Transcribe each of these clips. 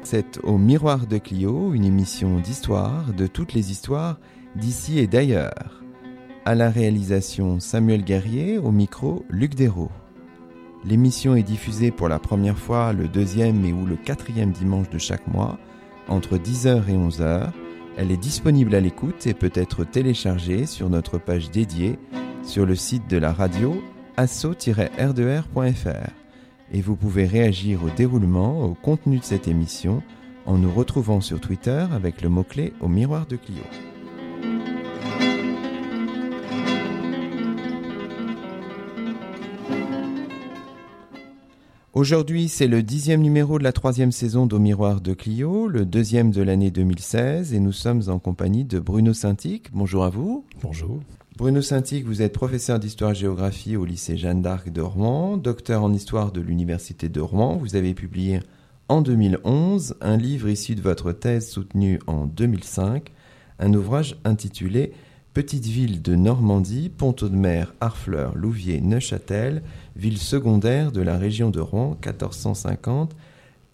C'est au Miroir de Clio, une émission d'histoire de toutes les histoires d'ici et d'ailleurs. À la réalisation Samuel Guerrier, au micro Luc Dérault. L'émission est diffusée pour la première fois le 2e et ou le 4e dimanche de chaque mois, entre 10h et 11h. Elle est disponible à l'écoute et peut être téléchargée sur notre page dédiée sur le site de la radio asso-r2r.fr. Et vous pouvez réagir au déroulement, au contenu de cette émission, en nous retrouvant sur Twitter avec le mot-clé au Miroir de Clio. Aujourd'hui, c'est le 10e numéro de la 3e saison d'Au Miroir de Clio, le 2e de l'année 2016, et nous sommes en compagnie de Bruno Saintic. Bonjour à vous. Bonjour. Bruno Saintic, vous êtes professeur d'histoire-géographie au lycée Jeanne d'Arc de Rouen, docteur en histoire de l'université de Rouen. Vous avez publié en 2011 un livre issu de votre thèse soutenue en 2005, un ouvrage intitulé « Petite ville de Normandie, Pont-Audemer, Harfleur, Louviers, Neuchâtel, ville secondaire de la région de Rouen, 1450-1550 ».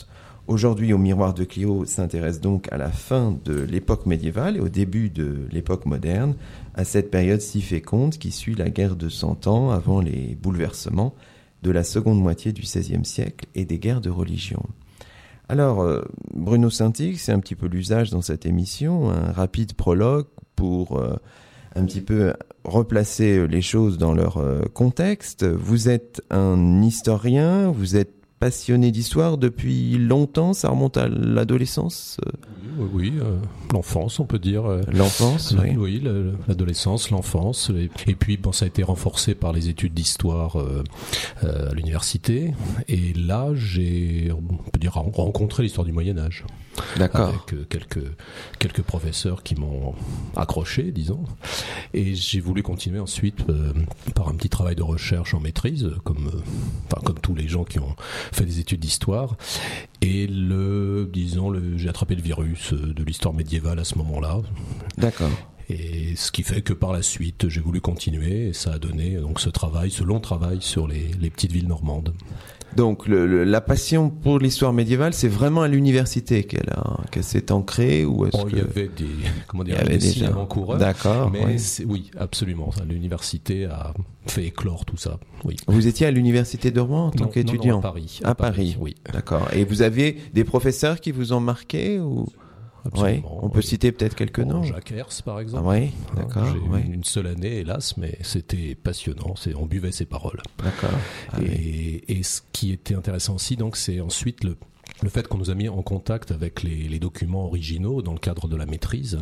Aujourd'hui, au Miroir de Clio s'intéresse donc à la fin de l'époque médiévale et au début de l'époque moderne, à cette période si féconde qui suit la guerre de 100 ans avant les bouleversements de la seconde moitié du XVIe siècle et des guerres de religion. Alors, Bruno Saintic, c'est un petit peu l'usage dans cette émission, un rapide prologue pour un petit peu replacer les choses dans leur contexte. Vous êtes un historien, vous êtes passionné d'histoire depuis longtemps, ça remonte à l'adolescence? Oui, l'enfance, on peut dire. L'enfance, oui. Oui, l'adolescence, l'enfance. Et puis, bon, ça a été renforcé par les études d'histoire à l'université. Et là, j'ai, on peut dire, rencontré l'histoire du Moyen-Âge. D'accord. Avec quelques professeurs qui m'ont accroché, disons. Et j'ai voulu continuer ensuite par un petit travail de recherche en maîtrise, comme tous les gens qui ont fait des études d'histoire. Et j'ai attrapé le virus de l'histoire médiévale à ce moment-là. D'accord. Et ce qui fait que par la suite, j'ai voulu continuer et ça a donné donc ce long travail sur les petites villes normandes. Donc la passion pour l'histoire médiévale, c'est vraiment à l'université qu'elle s'est ancrée, ou est-ce que il y avait des signes avant-coureurs. D'accord. Mais oui, absolument. L'université a fait éclore tout ça. Oui. Vous étiez à l'université de Rouen en tant qu'étudiant? Non, à Paris. À Paris, oui. D'accord. Et vous aviez des professeurs qui vous ont marqué ou? Absolument. Oui. On peut citer peut-être quelques noms. Jacques Hers, par exemple. Oui, d'accord. J'ai eu une seule année, hélas, mais c'était passionnant. On buvait ses paroles. D'accord. Et ce qui était intéressant aussi, donc, c'est ensuite le fait qu'on nous a mis en contact avec les documents originaux dans le cadre de la maîtrise.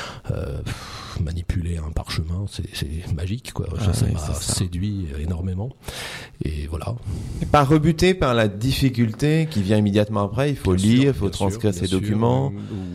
Manipuler un parchemin, c'est magique, quoi. Ça m'a séduit énormément. Et voilà. Et pas rebuté par la difficulté qui vient immédiatement après. Il faut lire, il faut transcrire ces documents.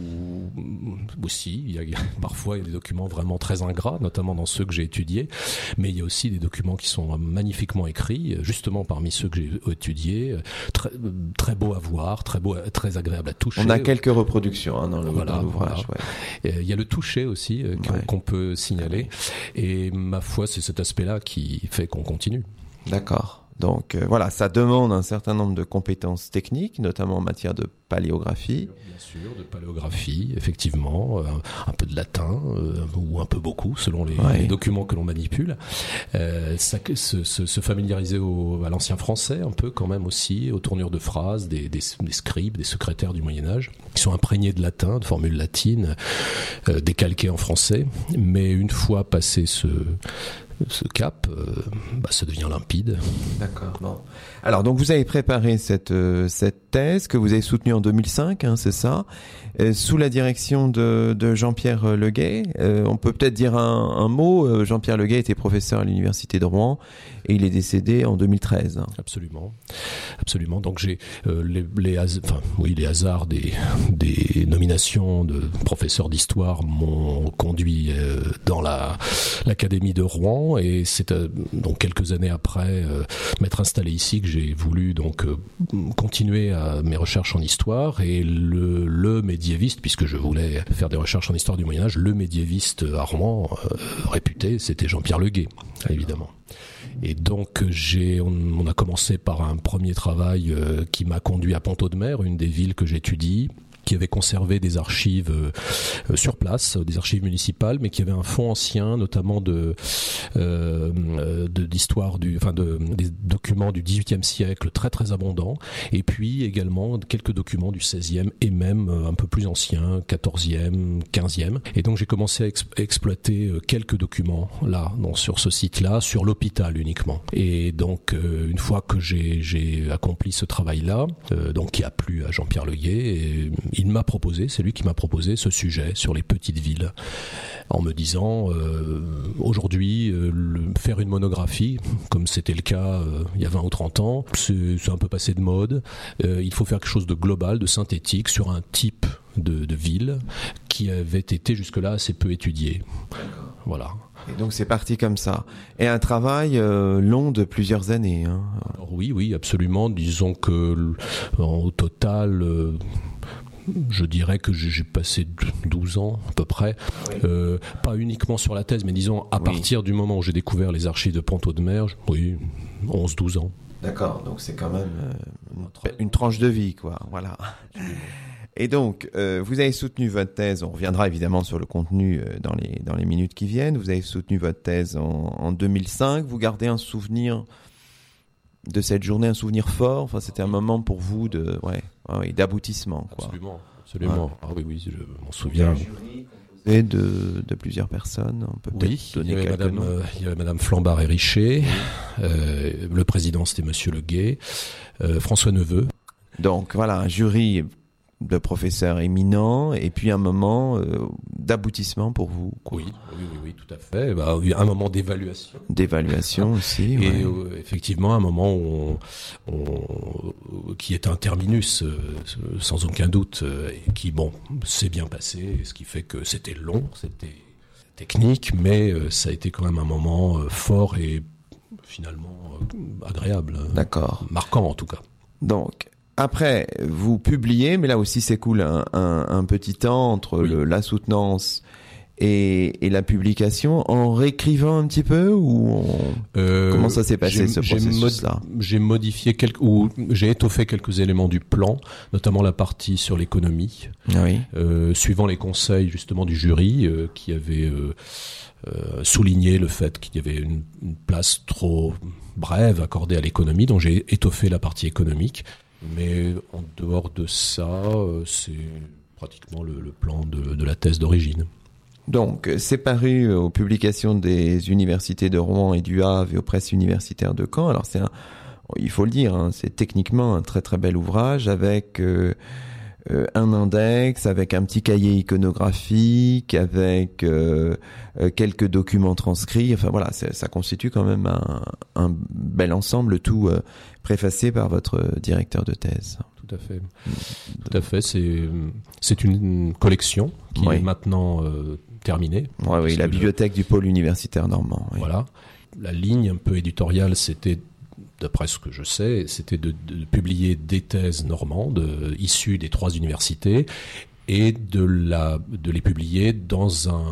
Aussi, parfois il y a des documents vraiment très ingrats, notamment dans ceux que j'ai étudiés, mais il y a aussi des documents qui sont magnifiquement écrits, justement parmi ceux que j'ai étudiés, très, très beaux à voir, très agréable à toucher. On a quelques reproductions dans l'ouvrage. Voilà. Ouais. Il y a le toucher aussi qu'on peut signaler, et ma foi, c'est cet aspect-là qui fait qu'on continue. D'accord. Donc voilà, ça demande un certain nombre de compétences techniques, notamment en matière de paléographie. Bien sûr, de paléographie, effectivement, un peu de latin, ou un peu beaucoup, selon les documents que l'on manipule. Se familiariser à l'ancien français, un peu quand même aussi, aux tournures de phrases, des scribes, des secrétaires du Moyen-Âge, qui sont imprégnés de latin, de formules latines, décalquées en français. Mais une fois passé ce cap, ça devient limpide. D'accord. Bon. Alors, donc vous avez préparé cette thèse que vous avez soutenue en 2005, c'est ça, sous la direction de Jean-Pierre Leguet. On peut peut-être dire un mot. Jean-Pierre Leguet était professeur à l'université de Rouen et il est décédé en 2013. Absolument. Donc j'ai les hasards des nominations de professeurs d'histoire m'ont conduit dans l'académie de Rouen, et c'est donc quelques années après m'être installé ici que j'ai voulu donc continuer mes recherches en histoire, et le médiéviste, puisque je voulais faire des recherches en histoire du Moyen-Âge, le médiéviste à Rouen réputé, c'était Jean-Pierre Leguet, évidemment. Et donc on a commencé par un premier travail qui m'a conduit à Pont-Audemer, une des villes que j'étudie, qui avait conservé des archives sur place, des archives municipales, mais qui avait un fonds ancien, notamment d'histoire des documents du XVIIIe siècle très très abondants, et puis également quelques documents du XVIe et même un peu plus anciens, XIVe, XVe. Et donc j'ai commencé à exploiter quelques documents là, sur ce site-là, sur l'hôpital uniquement. Et donc une fois que j'ai accompli ce travail-là, donc qui a plu à Jean-Pierre Leguet, c'est lui qui m'a proposé ce sujet sur les petites villes, en me disant aujourd'hui faire une monographie, comme c'était le cas il y a 20 ou 30 ans, c'est un peu passé de mode. Il faut faire quelque chose de global, de synthétique, sur un type de ville qui avait été jusque-là assez peu étudié. Voilà. Et donc c'est parti comme ça. Et un travail long de plusieurs années. Hein. Alors oui, absolument. Disons que au total... je dirais que j'ai passé 12 ans à peu près, pas uniquement sur la thèse, mais disons à partir du moment où j'ai découvert les archives de Pont-Audemer, 11-12 ans. D'accord, donc c'est quand même une tranche de vie, quoi. Voilà. Et donc, vous avez soutenu votre thèse, on reviendra évidemment sur le contenu dans les minutes qui viennent, vous avez soutenu votre thèse en 2005, vous gardez un souvenir de cette journée, un souvenir fort, enfin c'était un moment pour vous d'aboutissement, quoi. Absolument. Ouais. Ah oui, je m'en souviens. Et de plusieurs personnes, on peut peut-être donner quelques noms. Il y avait Madame Flambard et Richer, le président c'était Monsieur Leguet, François Neveu. Donc voilà, un jury de professeurs éminents, et puis un moment d'aboutissement pour vous, quoi. Oui, tout à fait. Un moment d'évaluation. D'évaluation aussi. Et effectivement, un moment qui est un terminus, sans aucun doute, et qui, s'est bien passé, ce qui fait que c'était long, c'était technique, mais ça a été quand même un moment fort et finalement agréable. D'accord. Marquant en tout cas. Donc, après, vous publiez, mais là aussi s'écoule un petit temps entre la soutenance et la publication, en réécrivant un petit peu, ou comment ça s'est passé, ce processus-là? J'ai modifié j'ai étoffé quelques éléments du plan, notamment la partie sur l'économie, suivant les conseils justement du jury qui avait souligné le fait qu'il y avait une place trop brève accordée à l'économie, donc j'ai étoffé la partie économique. Mais en dehors de ça, c'est pratiquement le plan de la thèse d'origine. Donc, c'est paru aux publications des universités de Rouen et du Havre et aux presses universitaires de Caen. Alors, il faut le dire, c'est techniquement un très très bel ouvrage avec un index, avec un petit cahier iconographique, avec quelques documents transcrits. Enfin voilà, ça constitue quand même un bel ensemble, tout préfacé par votre directeur de thèse. Tout à fait. C'est une collection qui est maintenant terminée. Oui, la bibliothèque du pôle universitaire normand. Oui. Voilà. La ligne un peu éditoriale, c'était, d'après ce que je sais, c'était de publier des thèses normandes issues des 3 universités et de les publier dans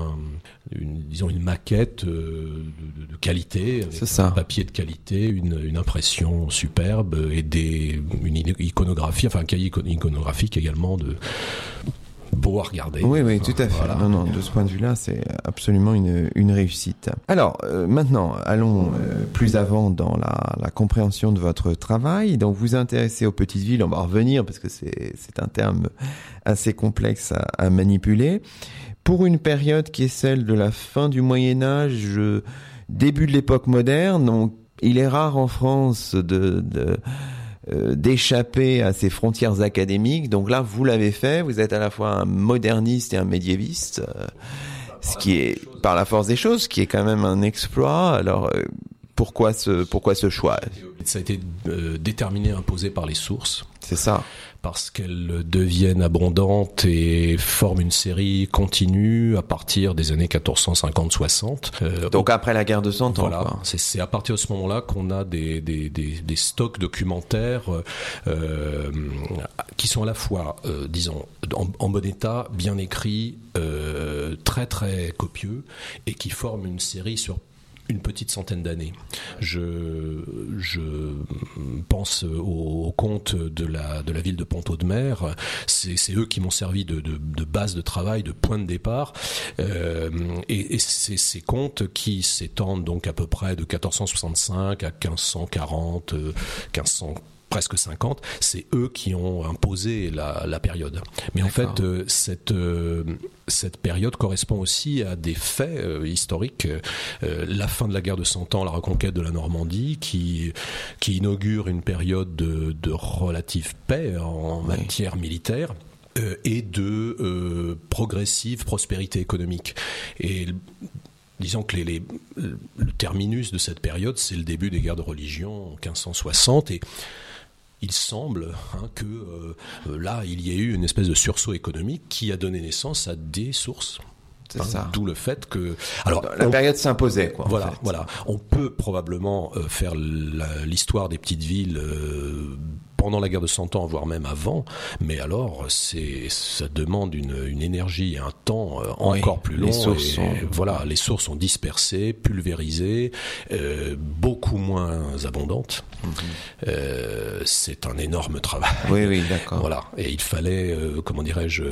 une maquette de qualité, avec un papier de qualité, une impression superbe et une iconographie, enfin un cahier iconographique également beau à regarder. Oui, tout à fait. Voilà. Non, de ce point de vue-là, c'est absolument une réussite. Alors, maintenant, allons plus avant dans la compréhension de votre travail. Donc, vous intéressez aux petites villes, on va revenir parce que c'est un terme assez complexe à manipuler. Pour une période qui est celle de la fin du Moyen-Âge, début de l'époque moderne, donc il est rare en France d'échapper à ces frontières académiques. Donc là, vous l'avez fait. Vous êtes à la fois un moderniste et un médiéviste, ce qui est, par la force des choses, qui est quand même un exploit. Alors, pourquoi ce choix? Ça a été déterminé, imposé par les sources. C'est ça. Parce qu'elles deviennent abondantes et forment une série continue à partir des années 1450-60. Donc après la guerre de 100 ans. Voilà, c'est à partir de ce moment-là qu'on a des stocks documentaires qui sont à la fois, disons, en bon état, bien écrits, très très copieux, et qui forment une série sur une petite centaine d'années. Je pense aux contes de la ville de Pont-Audemer. C'est eux qui m'ont servi de base de travail, de point de départ. Et c'est ces contes qui s'étendent donc à peu près de 1465 à 1540, 1500. Presque 50, c'est eux qui ont imposé la période. Mais D'accord. En fait, cette période correspond aussi à des faits historiques. La fin de la guerre de 100 ans, la reconquête de la Normandie, qui inaugure une période de relative paix en matière militaire. Et de progressive prospérité économique. Et disons que le terminus de cette période, c'est le début des guerres de religion en 1560, et il semble que là, il y ait eu une espèce de sursaut économique qui a donné naissance à des sources. C'est ça. D'où le fait que... Alors, la période s'imposait, quoi. Voilà, en fait. Voilà. On peut probablement faire l'histoire des petites villes pendant la guerre de 100 ans, voire même avant, mais alors ça demande une énergie et un temps encore plus long. Les sources sont dispersées, pulvérisées, beaucoup moins abondantes. C'est un énorme travail. Oui, d'accord. Voilà, et il fallait, comment dirais-je,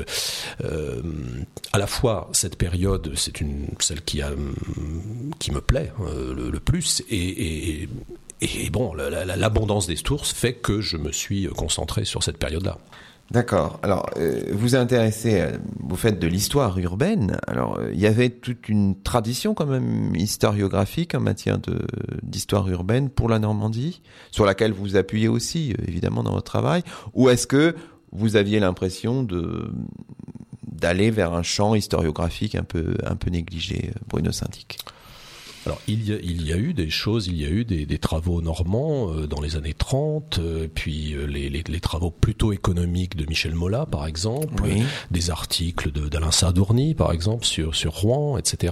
à la fois cette période, c'est celle qui me plaît le plus, et bon, l'abondance des sources fait que je me suis concentré sur cette période-là. D'accord. Alors, vous intéressez, vous faites de l'histoire urbaine. Alors, il y avait toute une tradition quand même historiographique en matière d'histoire urbaine pour la Normandie, sur laquelle vous appuyez aussi, évidemment, dans votre travail. Ou est-ce que vous aviez l'impression d'aller vers un champ historiographique un peu négligé, Bruno Syntyc ? Alors, il y a eu des choses, il y a eu des travaux normands dans les années 30, puis les travaux plutôt économiques de Michel Mola, par exemple, des articles d'Alain Sadourny, par exemple, sur Rouen, etc.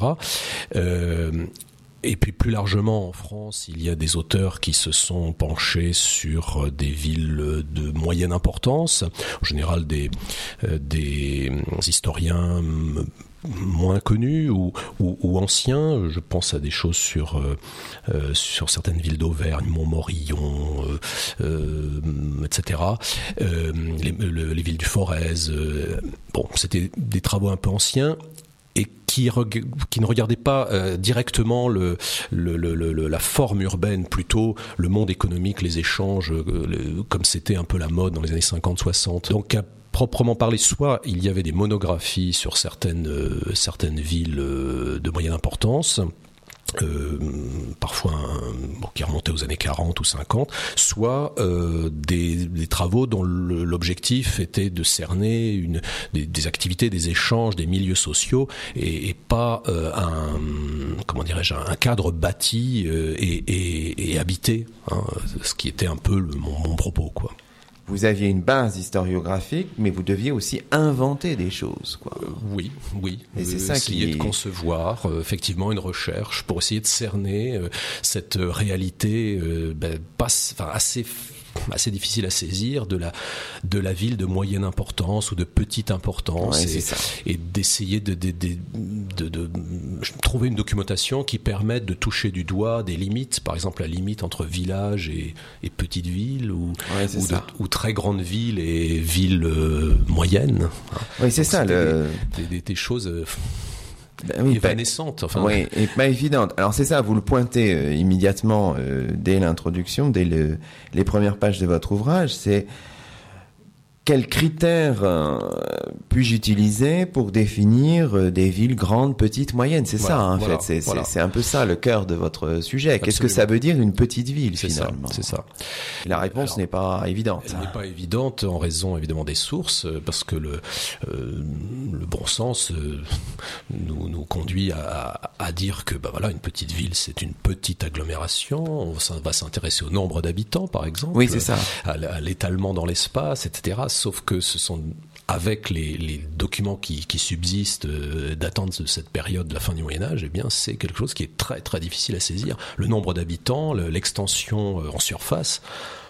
Et puis plus largement en France, il y a des auteurs qui se sont penchés sur des villes de moyenne importance, en général des historiens moins connus ou anciens. Je pense à des choses sur certaines villes d'Auvergne, Montmorillon, etc. Les villes du Forez. C'était des travaux un peu anciens et qui ne regardaient pas directement la forme urbaine, plutôt le monde économique, les échanges, comme c'était un peu la mode dans les années 50-60. Donc proprement parler, soit il y avait des monographies sur certaines villes de moyenne importance, parfois qui remontaient aux années 40 ou 50, soit des travaux dont l'objectif était de cerner des activités, des échanges, des milieux sociaux, et pas un cadre bâti et habité, ce qui était un peu mon propos, quoi. Vous aviez une base historiographique, mais vous deviez aussi inventer des choses, quoi. Oui. Et c'est ça essayer de concevoir effectivement une recherche pour essayer de cerner cette réalité assez difficile à saisir de la ville de moyenne importance ou de petite importance, et d'essayer de trouver une documentation qui permette de toucher du doigt des limites, par exemple la limite entre village et petite ville, ou très grande ville et ville moyenne. Oui, c'est ça. Des choses évanescente, et pas évidente. Alors c'est ça, vous le pointez immédiatement dès l'introduction, dès les premières pages de votre ouvrage, c'est quels critères puis-je utiliser pour définir des villes grandes, petites, moyennes? C'est ça, fait. C'est un peu ça le cœur de votre sujet. Absolument. Qu'est-ce que ça veut dire une petite ville, finalement? C'est ça. Et la réponse n'est pas évidente. Elle n'est pas évidente en raison, évidemment, des sources, parce que le bon sens nous conduit à dire que, une petite ville, c'est une petite agglomération. On va s'intéresser au nombre d'habitants, par exemple. Oui, c'est ça. À l'étalement dans l'espace, etc. Sauf que ce sont, avec les documents qui subsistent datant de cette période de la fin du Moyen-Âge, c'est quelque chose qui est très très difficile à saisir. Le nombre d'habitants, l'extension en surface,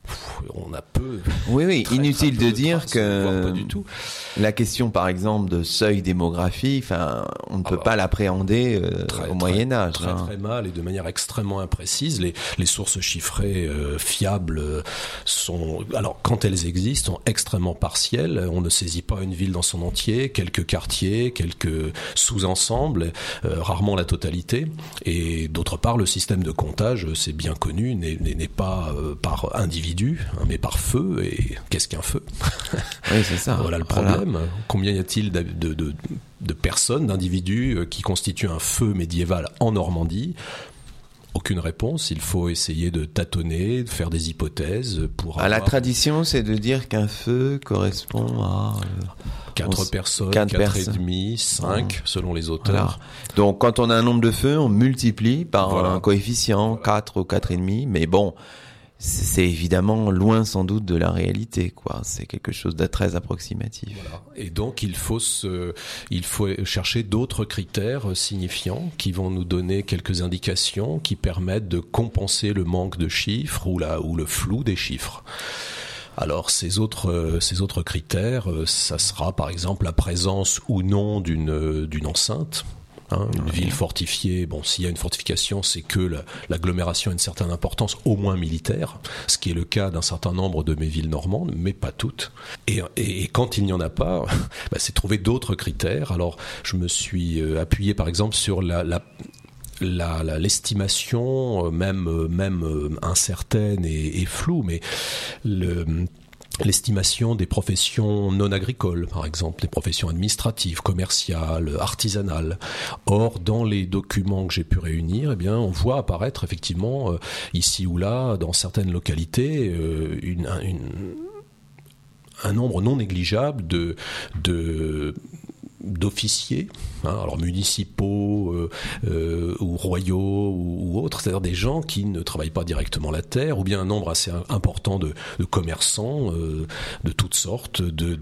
On a peu. Oui, inutile de dire traces, que pas du tout. La question, par exemple, de seuil démographique, on ne peut pas l'appréhender au Moyen Âge. Très mal et de manière extrêmement imprécise. Les sources chiffrées fiables sont, alors quand elles existent, sont extrêmement partielles. On ne saisit pas une ville dans son entier, quelques quartiers, quelques sous-ensembles, rarement la totalité. Et d'autre part, le système de comptage, c'est bien connu, n'est pas par individu, mais par feu. Et qu'est-ce qu'un feu? Oui, c'est ça. Voilà le problème. Combien y a-t-il de personnes, d'individus qui constituent un feu médiéval en Normandie? Aucune réponse. Il faut essayer de tâtonner, de faire des hypothèses pour La tradition, c'est de dire qu'un feu correspond à 4 personnes, 4 et demi, 5 selon les auteurs. Voilà. Donc, quand on a un nombre de feux, on multiplie par un coefficient 4 ou 4 et demi. Mais bon, c'est évidemment loin sans doute de la réalité, quoi. C'est quelque chose de très approximatif. Voilà. Et donc il faut chercher d'autres critères signifiants qui vont nous donner quelques indications qui permettent de compenser le manque de chiffres ou le flou des chiffres. Alors ces autres critères, ça sera par exemple la présence ou non d'une enceinte. Une ville fortifiée, s'il y a une fortification, c'est que l'agglomération a une certaine importance, au moins militaire, ce qui est le cas d'un certain nombre de mes villes normandes, mais pas toutes. Et quand il n'y en a pas, c'est trouver d'autres critères. Alors, je me suis appuyé par exemple sur l'estimation, même incertaine et floue, mais l'estimation des professions non agricoles, par exemple, des professions administratives, commerciales, artisanales. Or, dans les documents que j'ai pu réunir, on voit apparaître effectivement, ici ou là, dans certaines localités, un nombre non négligeable d'officiers, alors municipaux ou royaux ou autres, c'est-à-dire des gens qui ne travaillent pas directement la terre, ou bien un nombre assez important de commerçants de toutes sortes,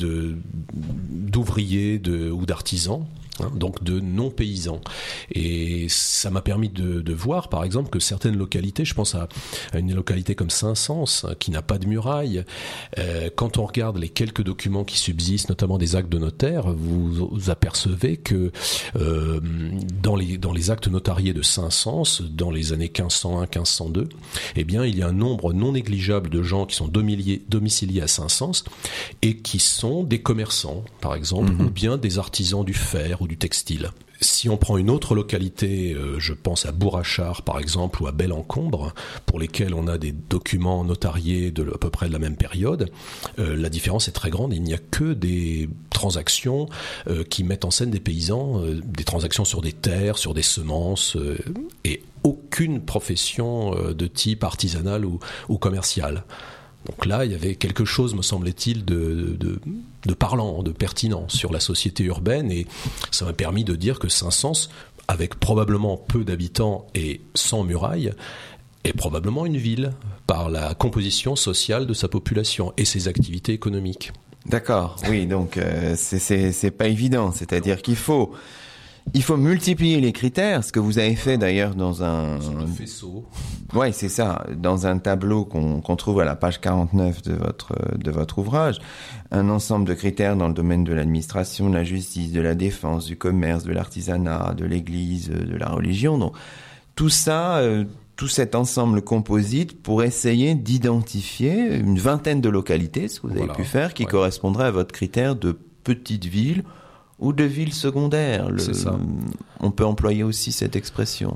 d'ouvriers ou d'artisans. Donc de non-paysans. Et ça m'a permis de voir, par exemple, que certaines localités, je pense à une localité comme Saint-Saëns, qui n'a pas de muraille, quand on regarde les quelques documents qui subsistent, notamment des actes de notaire, vous apercevez que dans les actes notariés de Saint-Saëns, dans les années 1501-1502, il y a un nombre non négligeable de gens qui sont domiciliés à Saint-Saëns et qui sont des commerçants, par exemple, ou bien des artisans du fer ou du textile. Si on prend une autre localité, je pense à Bourrachard par exemple ou à Bellencombre, pour lesquels on a des documents notariés à peu près de la même période, la différence est très grande. Il n'y a que des transactions qui mettent en scène des paysans, des transactions sur des terres, sur des semences, et aucune profession de type artisanal ou commercial. Donc là, il y avait quelque chose, me semblait-il, de parlant, de pertinent sur la société urbaine, et ça m'a permis de dire que Saint-Saëns, avec probablement peu d'habitants et sans murailles, est probablement une ville par la composition sociale de sa population et ses activités économiques. D'accord, oui, donc c'est pas évident, c'est-à-dire qu'il faut multiplier les critères, ce que vous avez fait d'ailleurs dans un faisceau. Ouais, c'est ça, dans un tableau qu'on trouve à la page 49 de votre ouvrage, un ensemble de critères dans le domaine de l'administration, de la justice, de la défense, du commerce, de l'artisanat, de l'église, de la religion. Donc tout ça, tout cet ensemble composite pour essayer d'identifier une vingtaine de localités, ce que vous avez pu faire, qui correspondraient à votre critère de petite ville ou de ville secondaire. C'est ça. On peut employer aussi cette expression.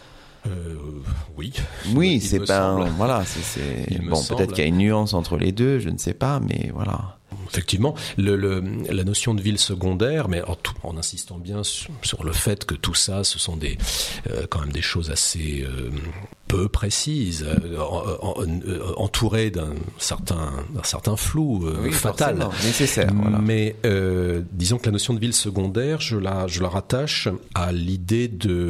Oui. Oui, c'est pas voilà, c'est bon, peut-être qu'il y a une nuance entre les deux, je ne sais pas, mais voilà. Effectivement, la notion de ville secondaire, mais en insistant bien sur le fait que tout ça, ce sont quand même des choses assez peu précises, entourées d'un certain flou fatal, nécessaire. Voilà. Mais disons que la notion de ville secondaire, je la rattache à l'idée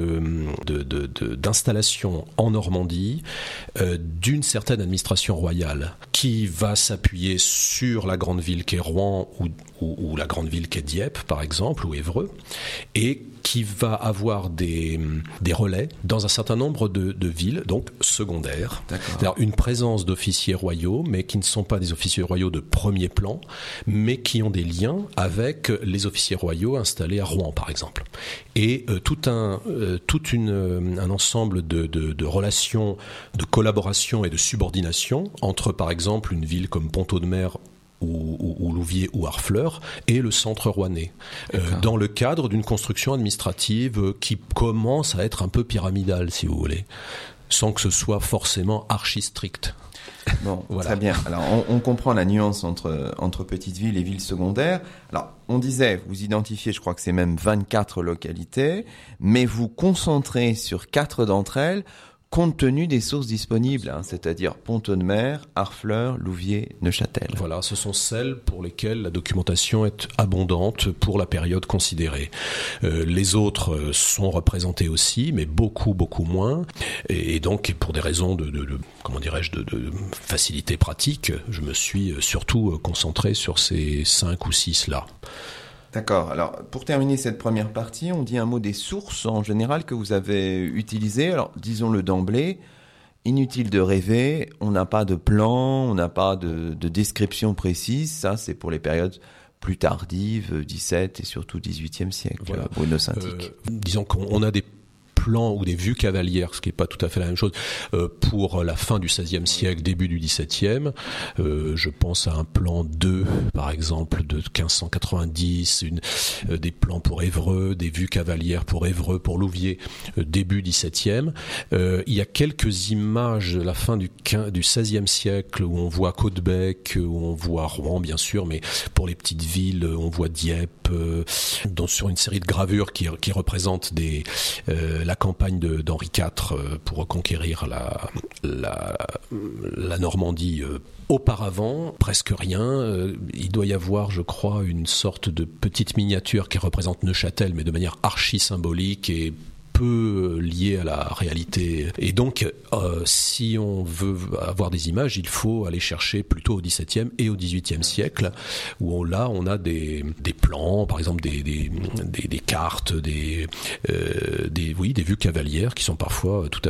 d'installation en Normandie d'une certaine administration royale qui va s'appuyer sur la grande ville qu'est Rouen ou la grande ville qu'est Dieppe, par exemple, ou Évreux, et qui va avoir des relais dans un certain nombre de villes, donc secondaires. C'est-à-dire une présence d'officiers royaux, mais qui ne sont pas des officiers royaux de premier plan, mais qui ont des liens avec les officiers royaux installés à Rouen, par exemple. Et tout un ensemble de relations, de collaboration et de subordination entre, par exemple, une ville comme Pont-Audemer ou Louviers ou Harfleur et le centre rouennais, dans le cadre d'une construction administrative qui commence à être un peu pyramidale, si vous voulez, sans que ce soit forcément archi strict. Bon, voilà. Très bien. Alors, on comprend la nuance entre petites villes et villes secondaires. Alors, on disait, vous identifiez, je crois que c'est même 24 localités, mais vous concentrez sur 4 d'entre elles, compte tenu des sources disponibles, c'est-à-dire Pont-Audemer, Harfleur, Louviers, Neuchâtel. Voilà, ce sont celles pour lesquelles la documentation est abondante pour la période considérée. Les autres sont représentées aussi, mais beaucoup moins. Et donc, pour des raisons de facilité pratique, je me suis surtout concentré sur ces 5 ou 6-là. D'accord. Alors, pour terminer cette première partie, on dit un mot des sources en général que vous avez utilisées. Alors, disons-le d'emblée, inutile de rêver, on n'a pas de plan, on n'a pas de description précise. Ça, c'est pour les périodes plus tardives, 17 et surtout 18e siècle, voilà. Bruno-Saint-Hic. Disons qu'on a des plans ou des vues cavalières, ce qui n'est pas tout à fait la même chose, pour la fin du XVIe siècle, début du XVIIe. Je pense à un plan 2, par exemple, de 1590, des plans pour Évreux, des vues cavalières pour Évreux, pour Louviers, début XVIIe. Il y a quelques images de la fin du XVIe siècle où on voit Caudebec, où on voit Rouen, bien sûr, mais pour les petites villes, on voit Dieppe, sur une série de gravures qui représentent la campagne d'Henri IV pour reconquérir la Normandie. Auparavant, presque rien. Il doit y avoir, je crois, une sorte de petite miniature qui représente Neuchâtel, mais de manière archi symbolique et peu lié à la réalité. Et donc, si on veut avoir des images, il faut aller chercher plutôt au XVIIe et au XVIIIe siècle, où on a des plans, par exemple des cartes, des vues cavalières qui sont parfois tout à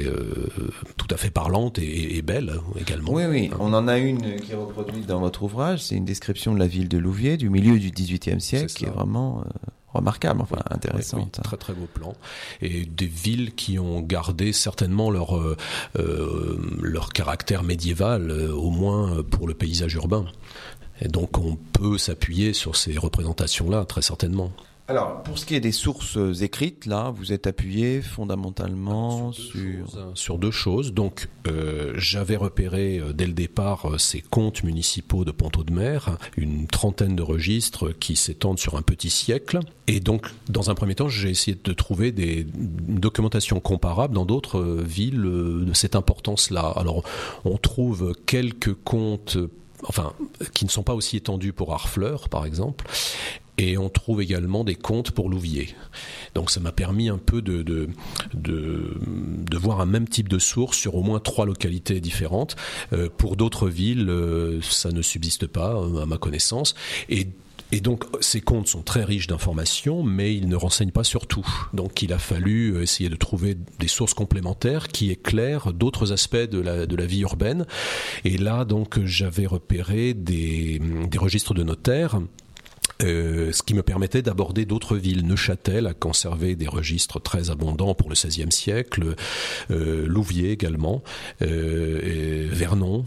fait parlantes et belles également. Oui, on en a une qui est reproduite dans votre ouvrage. C'est une description de la ville de Louviers du milieu du XVIIIe siècle, qui est vraiment remarquable, intéressante. Oui, très très beau plan. Et des villes qui ont gardé certainement leur caractère médiéval, au moins pour le paysage urbain. Et donc on peut s'appuyer sur ces représentations-là, très certainement. Alors, pour ce qui est des sources écrites, là, vous êtes appuyé fondamentalement sur 2 choses. Donc, j'avais repéré dès le départ ces comptes municipaux de Pont-Audemer, une trentaine de registres qui s'étendent sur un petit siècle. Et donc, dans un premier temps, j'ai essayé de trouver une documentation comparable dans d'autres villes de cette importance-là. Alors, on trouve quelques comptes, qui ne sont pas aussi étendus pour Harfleur, par exemple. Et on trouve également des comptes pour Louviers. Donc ça m'a permis un peu de voir un même type de source sur au moins 3 localités différentes. Pour d'autres villes, ça ne subsiste pas, à ma connaissance. Et donc, ces comptes sont très riches d'informations, mais ils ne renseignent pas sur tout. Donc, il a fallu essayer de trouver des sources complémentaires qui éclairent d'autres aspects de la vie urbaine. Et là, donc, j'avais repéré des registres de notaires, ce qui me permettait d'aborder d'autres villes. Neuchâtel a conservé des registres très abondants pour le XVIe siècle, Louviers également, Vernon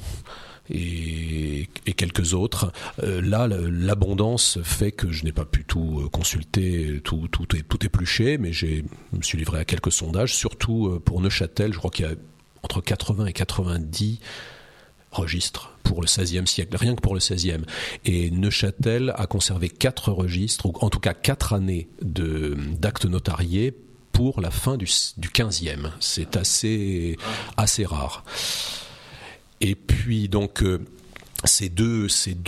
et quelques autres. Là, l'abondance fait que je n'ai pas pu tout consulter, tout éplucher, mais je me suis livré à quelques sondages, surtout pour Neuchâtel. Je crois qu'il y a entre 80 et 90 registres pour le XVIe siècle, rien que pour le XVIe. Et Neuchâtel a conservé 4 registres, ou en tout cas 4 années d'actes notariés pour la fin du XVe. C'est assez rare. Et puis donc ces deux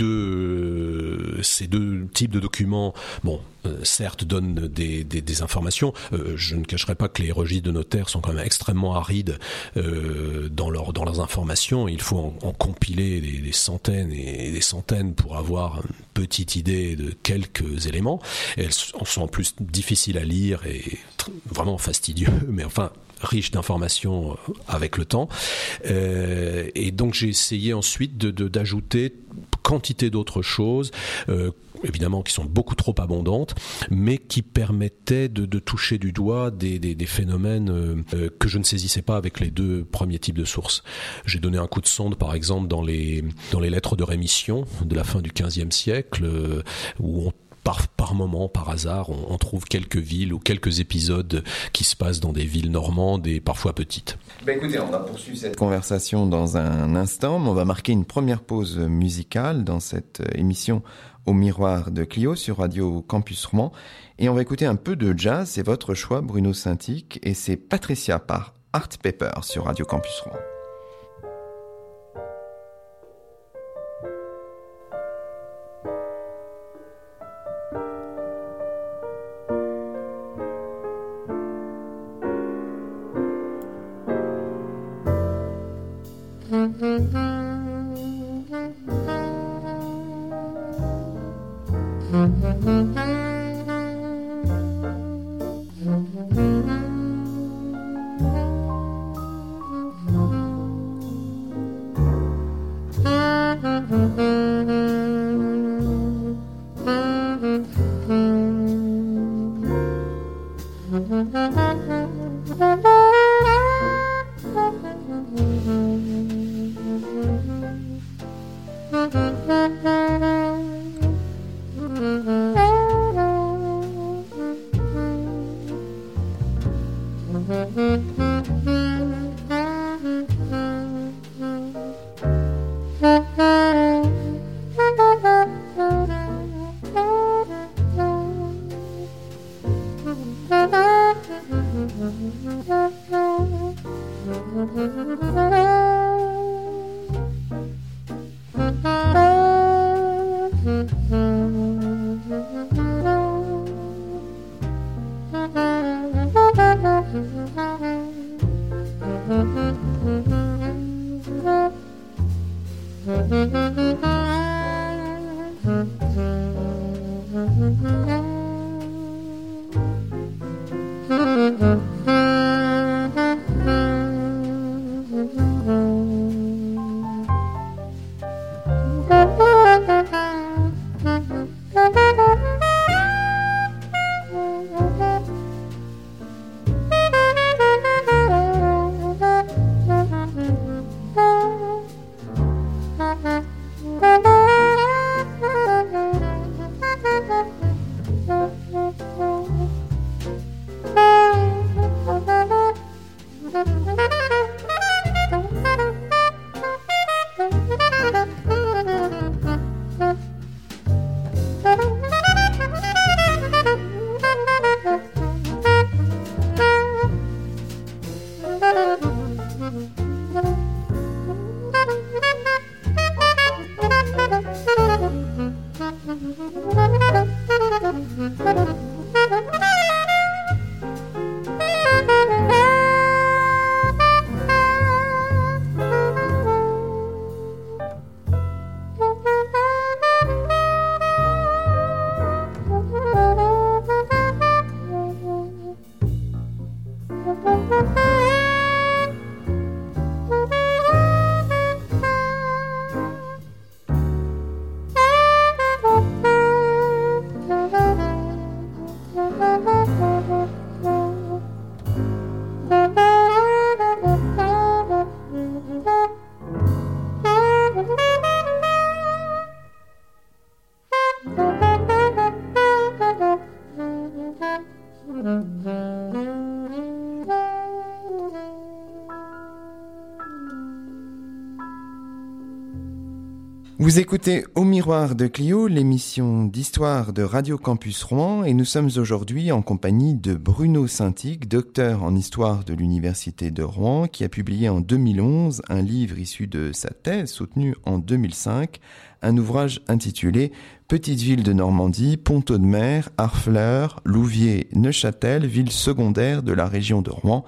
types de documents, certes donnent des informations. Je ne cacherai pas que les registres de notaires sont quand même extrêmement arides dans leurs informations. Il faut en compiler des centaines et des centaines pour avoir une petite idée de quelques éléments. Et elles sont en plus difficiles à lire et vraiment fastidieux, mais enfin riche d'informations avec le temps. Et donc j'ai essayé ensuite d'ajouter quantité d'autres choses, évidemment qui sont beaucoup trop abondantes, mais qui permettaient de toucher du doigt des phénomènes que je ne saisissais pas avec les deux premiers types de sources. J'ai donné un coup de sonde, par exemple, dans les lettres de rémission de la fin du XVe siècle, où par moment, par hasard, on trouve quelques villes ou quelques épisodes qui se passent dans des villes normandes et parfois petites. Écoutez, on va poursuivre cette conversation dans un instant, mais on va marquer une première pause musicale dans cette émission Au Miroir de Clio sur Radio Campus Rouen. Et on va écouter un peu de jazz, c'est votre choix Bruno Saintic, et c'est Patricia par Art Pepper sur Radio Campus Rouen. Vous écoutez Au Miroir de Clio, l'émission d'histoire de Radio Campus Rouen, et nous sommes aujourd'hui en compagnie de Bruno Saintig, docteur en histoire de l'Université de Rouen, qui a publié en 2011 un livre issu de sa thèse soutenue en 2005, un ouvrage intitulé « Petite ville de Normandie, Pont-Audemer, Harfleur, Louviers, Neuchâtel, ville secondaire de la région de Rouen,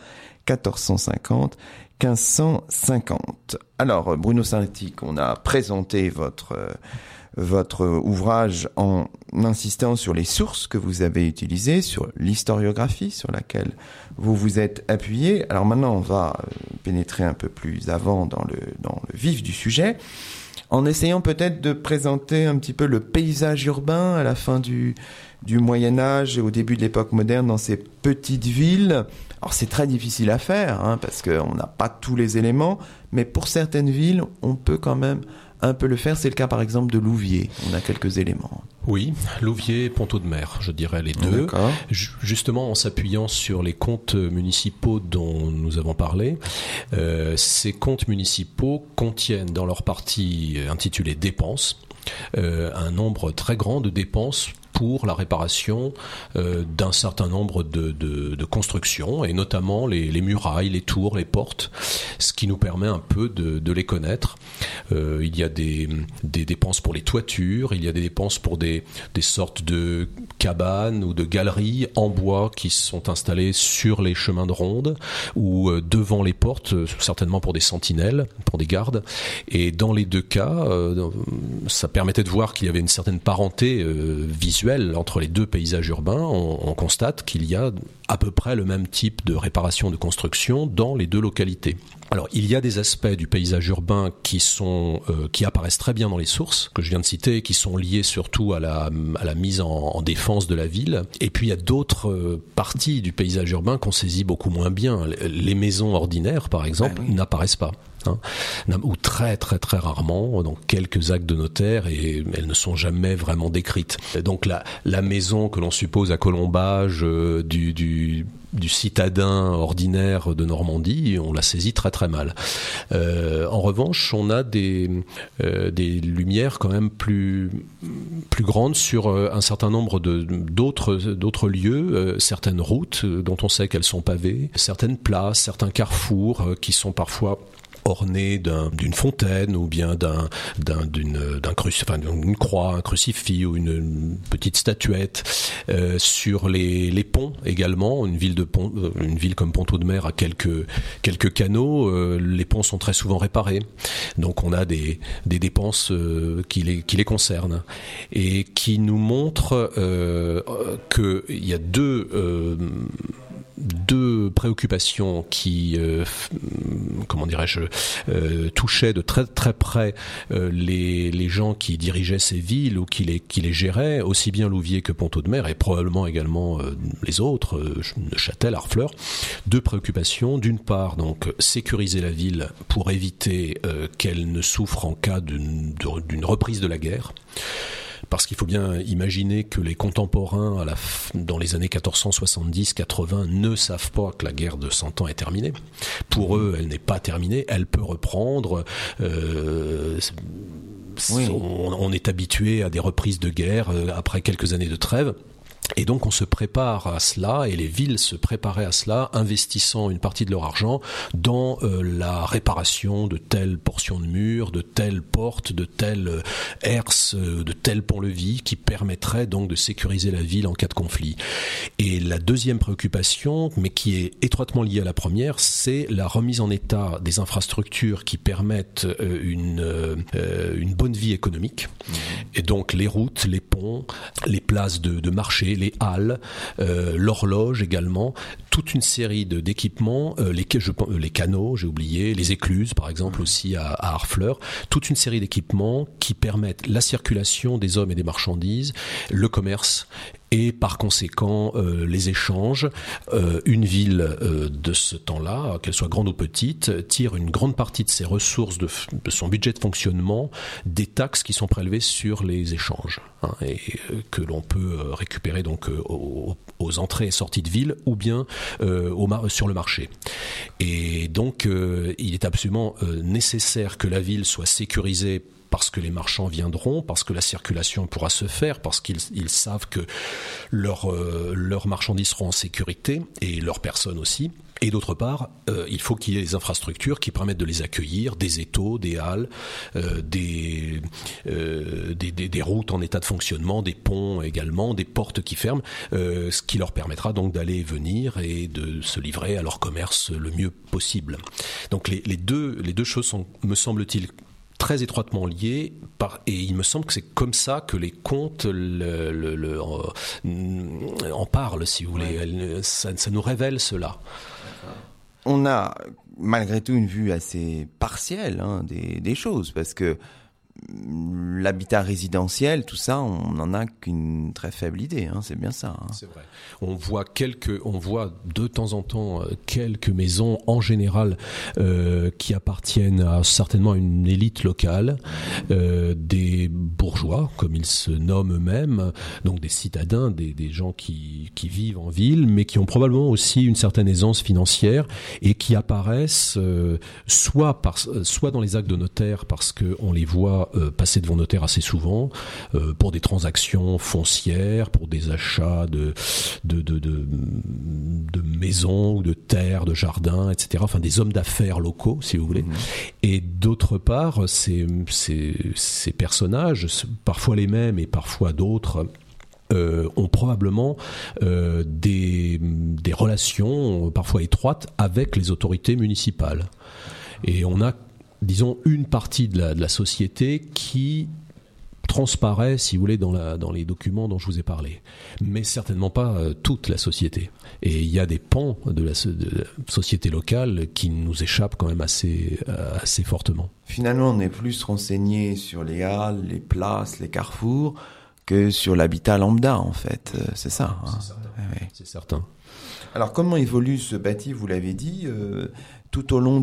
1450-1550 ». Alors, Bruno Saintig, on a présenté votre ouvrage en insistant sur les sources que vous avez utilisées, sur l'historiographie sur laquelle vous vous êtes appuyé. Alors maintenant, on va pénétrer un peu plus avant dans le vif du sujet, en essayant peut-être de présenter un petit peu le paysage urbain à la fin du Moyen-Âge et au début de l'époque moderne dans ces petites villes. Alors c'est très difficile à faire, parce qu'on n'a pas tous les éléments, mais pour certaines villes, on peut quand même un peu le faire. C'est le cas par exemple de Louviers, on a quelques éléments. Oui, Louviers et Pont-Audemer, je dirais les deux. D'accord. Justement en s'appuyant sur les comptes municipaux dont nous avons parlé, ces comptes municipaux contiennent dans leur partie intitulée dépenses, un nombre très grand de dépenses pour la réparation d'un certain nombre de constructions, et notamment les murailles, les tours, les portes, ce qui nous permet un peu de les connaître. Il y a des dépenses pour les toitures, il y a des dépenses pour des sortes de cabanes ou de galeries en bois qui sont installées sur les chemins de ronde ou devant les portes, certainement pour des sentinelles, pour des gardes. Et dans les deux cas, ça permettait de voir qu'il y avait une certaine parenté visuelle entre les deux paysages urbains. On constate qu'il y a à peu près le même type de réparation de construction dans les deux localités. Alors, il y a des aspects du paysage urbain qui apparaissent très bien dans les sources que je viens de citer, qui sont liés surtout à la mise en défense de la ville. Et puis, il y a d'autres parties du paysage urbain qu'on saisit beaucoup moins bien. Les maisons ordinaires, par exemple, n'apparaissent pas. Ou très très très rarement dans quelques actes de notaire, et elles ne sont jamais vraiment décrites. Donc la maison que l'on suppose à colombage du citadin ordinaire de Normandie, on la saisit très très mal. En revanche, on a des lumières quand même plus grandes sur un certain nombre d'autres lieux, certaines routes dont on sait qu'elles sont pavées, certaines places, certains carrefours qui sont parfois orné d'une fontaine ou bien d'une croix, un crucifix ou une petite statuette. Sur les ponts également, une ville comme Pont-Audemer a quelques canaux. Les ponts sont très souvent réparés, donc on a des dépenses qui les concernent et qui nous montrent qu'il y a deux préoccupations qui, touchaient de très très près les gens qui dirigeaient ces villes ou qui les géraient, aussi bien Louviers que Pont-Audemer et probablement également les autres, Neuchâtel, Harfleur. Deux préoccupations: d'une part, donc sécuriser la ville pour éviter qu'elle ne souffre en cas d'une reprise de la guerre. Parce qu'il faut bien imaginer que les contemporains, dans les années 1470-80, ne savent pas que la guerre de 100 ans est terminée. Pour eux, elle n'est pas terminée, elle peut reprendre. On est habitué à des reprises de guerre après quelques années de trêve. Et donc on se prépare à cela, et les villes se préparaient à cela, investissant une partie de leur argent dans la réparation de telle portion de mur, de telle porte, de telle herse, de tel pont-levis, qui permettrait donc de sécuriser la ville en cas de conflit. Et la deuxième préoccupation, mais qui est étroitement liée à la première, c'est la remise en état des infrastructures qui permettent une bonne vie économique. Et donc les routes, les ponts, les places de marché, les halles, l'horloge également, toute une série d'équipements, les canaux, j'ai oublié, les écluses par exemple aussi à Harfleur, toute une série d'équipements qui permettent la circulation des hommes et des marchandises, le commerce et par conséquent les échanges. Une ville de ce temps-là, qu'elle soit grande ou petite, tire une grande partie de ses ressources, de son budget de fonctionnement, des taxes qui sont prélevées sur les échanges, et que l'on peut récupérer donc aux entrées et sorties de ville ou bien sur le marché. Et donc il est absolument nécessaire que la ville soit sécurisée parce que les marchands viendront, parce que la circulation pourra se faire, parce qu'ils savent que leurs marchandises seront en sécurité et leurs personnes aussi. Et d'autre part, il faut qu'il y ait des infrastructures qui permettent de les accueillir, des étaux, des halles, des routes en état de fonctionnement, des ponts également, des portes qui ferment, ce qui leur permettra donc d'aller et venir et de se livrer à leur commerce le mieux possible. Donc les deux choses sont, me semble-t-il, très étroitement liés, et il me semble que c'est comme ça que les contes en parlent, si vous voulez. Ça nous révèle cela. On a malgré tout une vue assez partielle des choses, parce que l'habitat résidentiel, tout ça, on n'en a qu'une très faible idée, c'est bien ça. C'est vrai. On voit de temps en temps quelques maisons en général qui appartiennent certainement à une élite locale, des bourgeois, comme ils se nomment eux-mêmes, donc des citadins, des gens qui vivent en ville, mais qui ont probablement aussi une certaine aisance financière et qui apparaissent soit dans les actes de notaire parce qu'on les voit passer devant notaire assez souvent pour des transactions foncières, pour des achats de maisons ou de terres, de jardins, etc. Enfin, des hommes d'affaires locaux, si vous voulez. Et d'autre part, ces personnages, parfois les mêmes et parfois d'autres, ont probablement des relations parfois étroites avec les autorités municipales. Et on a, disons, une partie de la société qui transparaît, si vous voulez, dans les documents dont je vous ai parlé. Mais certainement pas toute la société. Et il y a des pans de la société locale qui nous échappent quand même assez fortement. Finalement, on est plus renseigné sur les halles, les places, les carrefours, que sur l'habitat lambda, en fait. C'est ça. C'est certain. Ouais. C'est certain. Alors, comment évolue ce bâti, vous l'avez dit, tout au long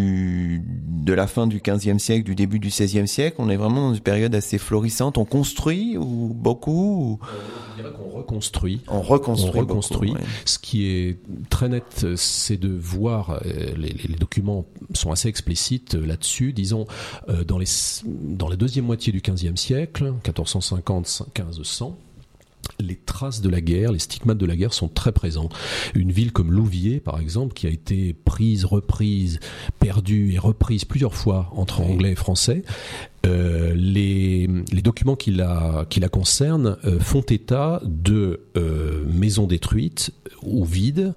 de la fin du XVe siècle, du début du XVIe siècle? On est vraiment dans une période assez florissante. On construit ou beaucoup Je dirais qu'on reconstruit. On reconstruit. Beaucoup, ouais. Ce qui est très net, c'est de voir, les documents sont assez explicites là-dessus, disons, dans la deuxième moitié du XVe siècle, 1450-1500, les traces de la guerre, les stigmates de la guerre sont très présents. Une ville comme Louviers, par exemple, qui a été prise, reprise, perdue et reprise plusieurs fois entre anglais et français, les documents qui la concernent font état de maisons détruites ou vides,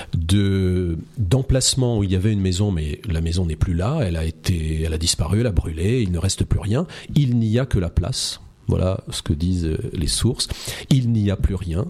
d'emplacements où il y avait une maison, mais la maison n'est plus là, elle a disparu, elle a brûlé, il ne reste plus rien, il n'y a que la place. Voilà ce que disent les sources. Il n'y a plus rien.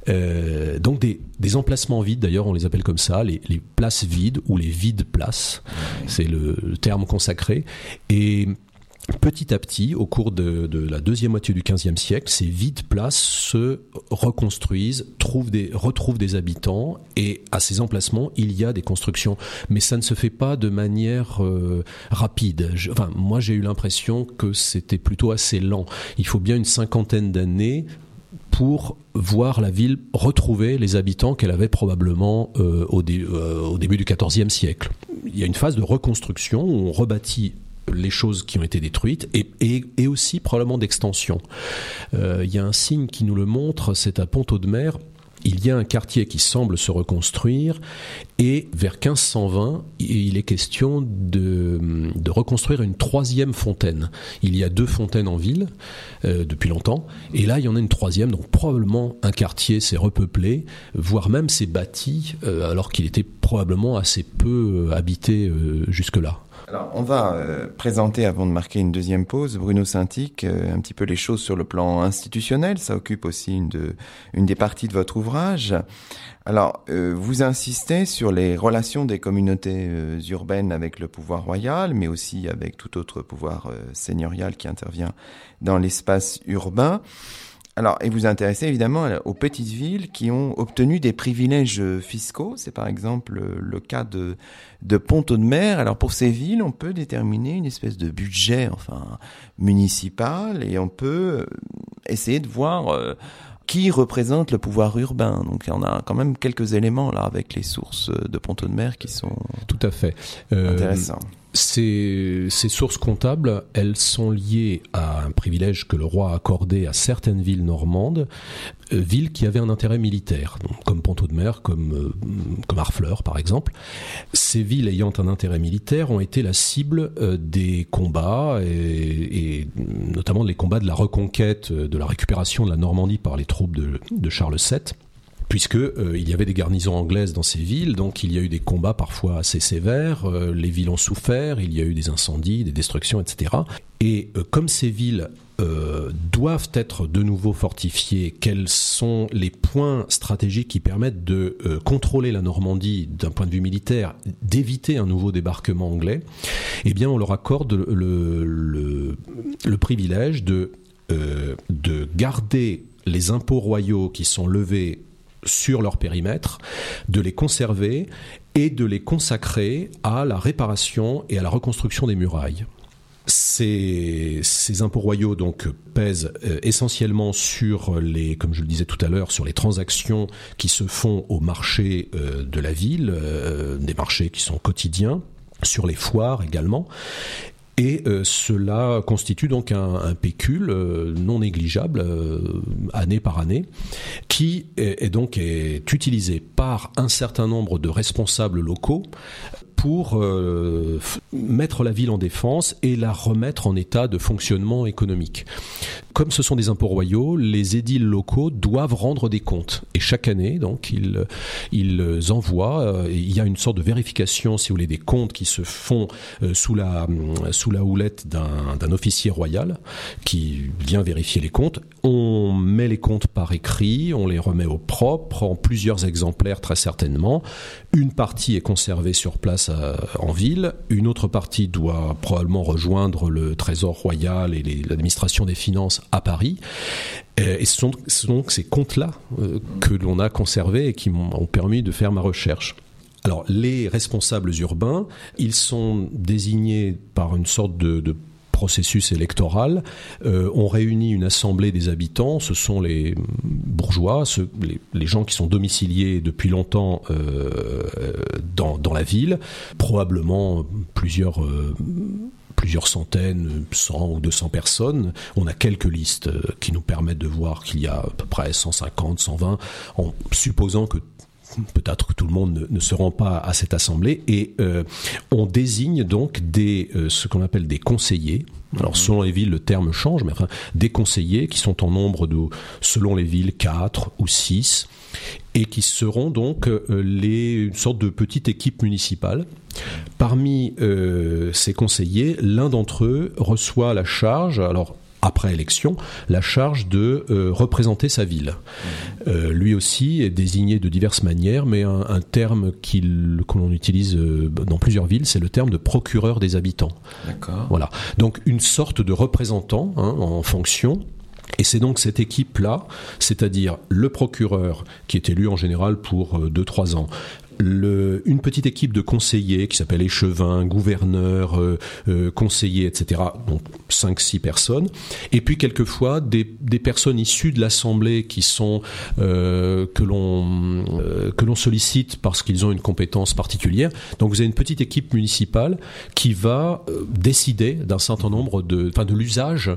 Donc des emplacements vides, d'ailleurs on les appelle comme ça, les places vides ou les vides places. C'est le terme consacré. Et petit à petit, au cours de la deuxième moitié du XVe siècle, ces vides places se reconstruisent, retrouvent des habitants, et à ces emplacements, il y a des constructions. Mais ça ne se fait pas de manière rapide. Moi, j'ai eu l'impression que c'était plutôt assez lent. Il faut bien une cinquantaine d'années pour voir la ville retrouver les habitants qu'elle avait probablement au début du XIVe siècle. Il y a une phase de reconstruction où on rebâtit les choses qui ont été détruites et aussi probablement d'extension. Il y a un signe qui nous le montre, c'est à Pont-Audemer. Il y a un quartier qui semble se reconstruire et vers 1520, il est question de reconstruire une troisième fontaine. Il y a 2 fontaines en ville depuis longtemps et là il y en a une troisième, donc probablement un quartier s'est repeuplé, voire même s'est bâti alors qu'il était probablement assez peu habité jusque-là. Alors, on va présenter, avant de marquer une deuxième pause, Bruno Cintiq, un petit peu les choses sur le plan institutionnel. Ça occupe aussi une des parties de votre ouvrage. Alors, vous insistez sur les relations des communautés urbaines avec le pouvoir royal, mais aussi avec tout autre pouvoir seigneurial qui intervient dans l'espace urbain. Alors, et vous intéressez évidemment aux petites villes qui ont obtenu des privilèges fiscaux. C'est par exemple le cas de Pont-Audemer. Alors, pour ces villes, on peut déterminer une espèce de budget, municipal, et on peut essayer de voir qui représente le pouvoir urbain. Donc, on a quand même quelques éléments là avec les sources de Pont-Audemer qui sont tout à fait intéressants. Ces sources comptables, elles sont liées à un privilège que le roi a accordé à certaines villes normandes, villes qui avaient un intérêt militaire, donc comme Pont-Audemer, comme Harfleur par exemple. Ces villes ayant un intérêt militaire ont été la cible des combats, et notamment les combats de la reconquête, de la récupération de la Normandie par les troupes de Charles VII. Puisque il y avait des garnisons anglaises dans ces villes, donc il y a eu des combats parfois assez sévères, les villes ont souffert, il y a eu des incendies, des destructions, etc. Et comme ces villes doivent être de nouveau fortifiées, quels sont les points stratégiques qui permettent de contrôler la Normandie d'un point de vue militaire, d'éviter un nouveau débarquement anglais, eh bien on leur accorde le privilège de garder les impôts royaux qui sont levés sur leur périmètre, de les conserver et de les consacrer à la réparation et à la reconstruction des murailles. Ces impôts royaux donc pèsent essentiellement sur comme je le disais tout à l'heure, sur les transactions qui se font au marché de la ville, des marchés qui sont quotidiens, sur les foires également. Et cela constitue donc un pécule non négligeable, année par année, qui est utilisé par un certain nombre de responsables locaux pour mettre la ville en défense et la remettre en état de fonctionnement économique. Comme ce sont des impôts royaux, les édiles locaux doivent rendre des comptes. Et chaque année, donc, ils envoient, il y a une sorte de vérification, si vous voulez, des comptes qui se font sous la houlette d'un officier royal qui vient vérifier les comptes. On met les comptes par écrit, on les remet au propre, en plusieurs exemplaires très certainement. Une partie est conservée sur place en ville, une autre partie doit probablement rejoindre le trésor royal et l'administration des finances à Paris. Et ce sont donc ces comptes-là que l'on a conservés et qui m'ont permis de faire ma recherche. Alors, les responsables urbains, ils sont désignés par une sorte de processus électoral. On réunit une assemblée des habitants, ce sont les bourgeois, les gens qui sont domiciliés depuis longtemps dans la ville, probablement plusieurs centaines, 100 ou 200 personnes. On a quelques listes qui nous permettent de voir qu'il y a à peu près 150, 120, en supposant que peut-être que tout le monde ne se rend pas à cette assemblée, et on désigne donc ce qu'on appelle des conseillers. Alors selon les villes le terme change, mais enfin des conseillers qui sont en nombre selon les villes 4 ou 6, et qui seront donc une sorte de petite équipe municipale. Parmi ces conseillers, l'un d'entre eux reçoit la charge, alors après élection, la charge de représenter sa ville. Lui aussi est désigné de diverses manières, mais un terme que l'on utilise dans plusieurs villes, c'est le terme de procureur des habitants. D'accord. Voilà. Donc une sorte de représentant en fonction. Et c'est donc cette équipe-là, c'est-à-dire le procureur qui est élu en général pour 2-3 ans, une petite équipe de conseillers qui s'appelle échevin, gouverneur, conseillers, etc. Donc 5-6 personnes. Et puis quelquefois des personnes issues de l'Assemblée qui sont que l'on sollicite parce qu'ils ont une compétence particulière. Donc vous avez une petite équipe municipale qui va décider d'un certain nombre de l'usage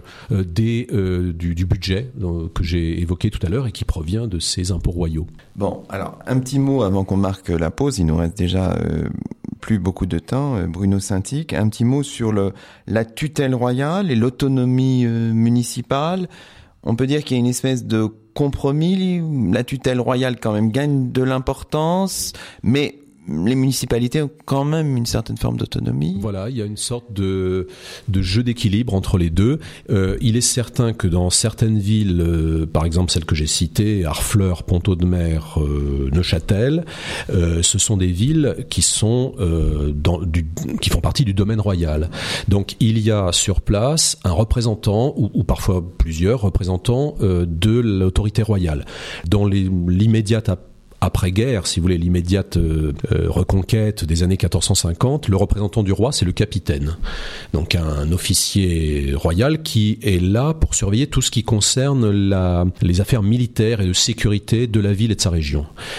du budget que j'ai évoqué tout à l'heure et qui provient de ces impôts royaux. Bon, alors un petit mot avant qu'on marque la pause, il nous reste déjà plus beaucoup de temps, Bruno Saintic, un petit mot sur la tutelle royale et l'autonomie municipale. On peut dire qu'il y a une espèce de compromis, la tutelle royale quand même gagne de l'importance, mais les municipalités ont quand même une certaine forme d'autonomie. Voilà, il y a une sorte de jeu d'équilibre entre les deux. Il est certain que dans certaines villes, par exemple celle que j'ai citée, Harfleur, Pont-Audemer, Neuchâtel, ce sont des villes qui sont qui font partie du domaine royal. Donc il y a sur place un représentant ou parfois plusieurs représentants de l'autorité royale. Dans l'immédiate après-guerre, si vous voulez, l'immédiate reconquête des années 1450, le représentant du roi, c'est le capitaine. Donc un officier royal qui est là pour surveiller tout ce qui concerne les affaires militaires et de sécurité de la ville et de sa région.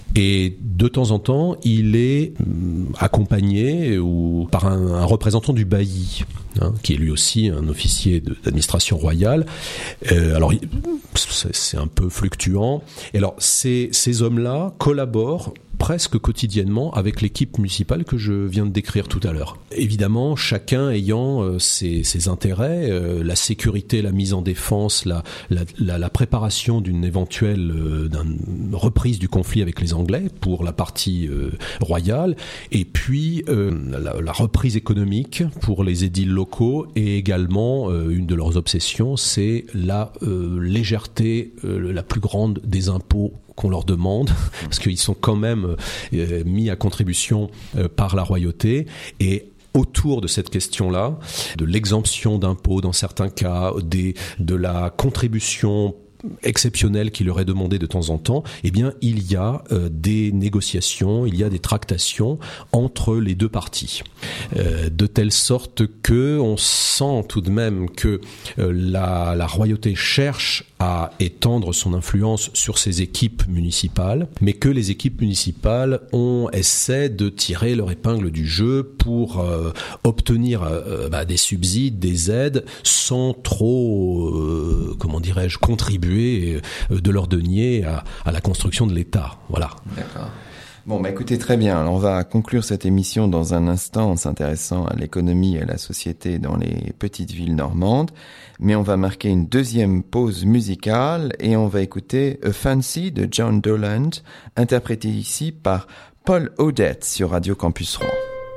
Et de temps en temps, il est accompagné ou par un représentant du bailli, qui est lui aussi un officier d'administration royale. Alors, c'est un peu fluctuant. Et alors, ces hommes-là collaborent presque quotidiennement avec l'équipe municipale que je viens de décrire tout à l'heure. Évidemment, chacun ayant ses intérêts, la sécurité, la mise en défense, la préparation d'une éventuelle reprise du conflit avec les Anglais pour la partie royale, et puis la reprise économique pour les édiles locaux, et également une de leurs obsessions, c'est la légèreté la plus grande des impôts qu'on leur demande, parce qu'ils sont quand même mis à contribution par la royauté. Et autour de cette question-là, de l'exemption d'impôts dans certains cas, de la contribution exceptionnelle qui leur est demandée de temps en temps, eh bien, il y a des négociations, il y a des tractations entre les deux parties, de telle sorte que on sent tout de même que la royauté cherche à étendre son influence sur ses équipes municipales, mais que les équipes municipales essaient de tirer leur épingle du jeu pour obtenir des subsides, des aides, sans trop, contribuer de leur denier à la construction de l'État. Voilà. D'accord. Bon, écoutez, très bien. Alors, on va conclure cette émission dans un instant en s'intéressant à l'économie et à la société dans les petites villes normandes. Mais on va marquer une deuxième pause musicale et on va écouter A Fancy de John Dowland, interprété ici par Paul Odette sur Radio Campus Rouen.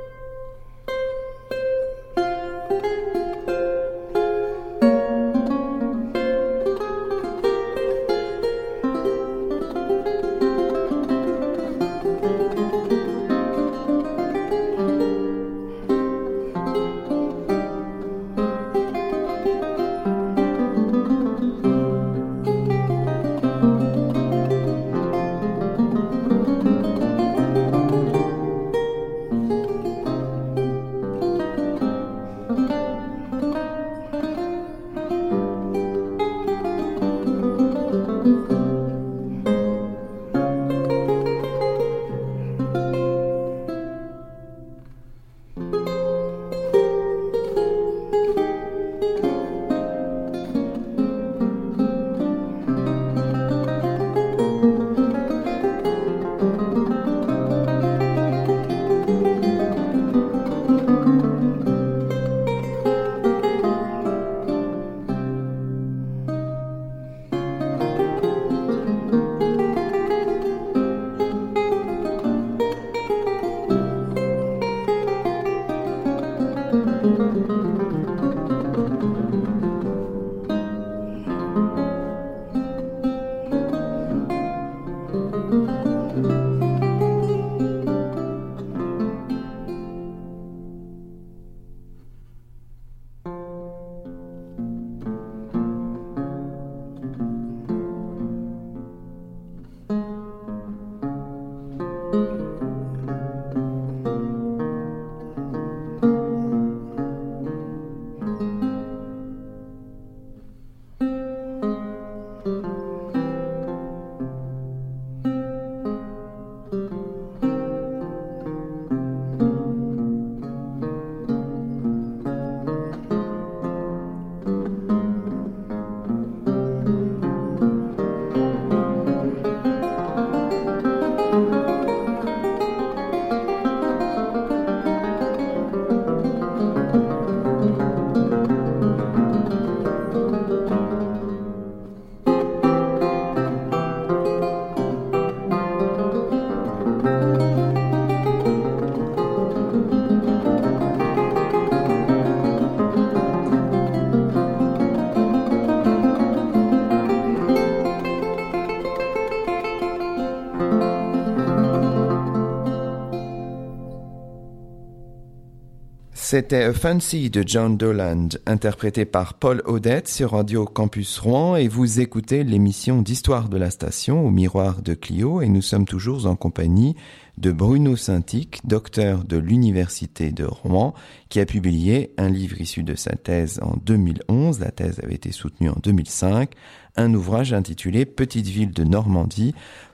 C'était A Fancy de John Dowland, interprété par Paul Odette sur Radio Campus Rouen, et vous écoutez l'émission d'Histoire de la Station au Miroir de Clio, et nous sommes toujours en compagnie de Bruno Saintic, docteur de l'Université de Rouen, qui a publié un livre issu de sa thèse en 2011, la thèse avait été soutenue en 2005, un ouvrage intitulé « Petite ville de Normandie »,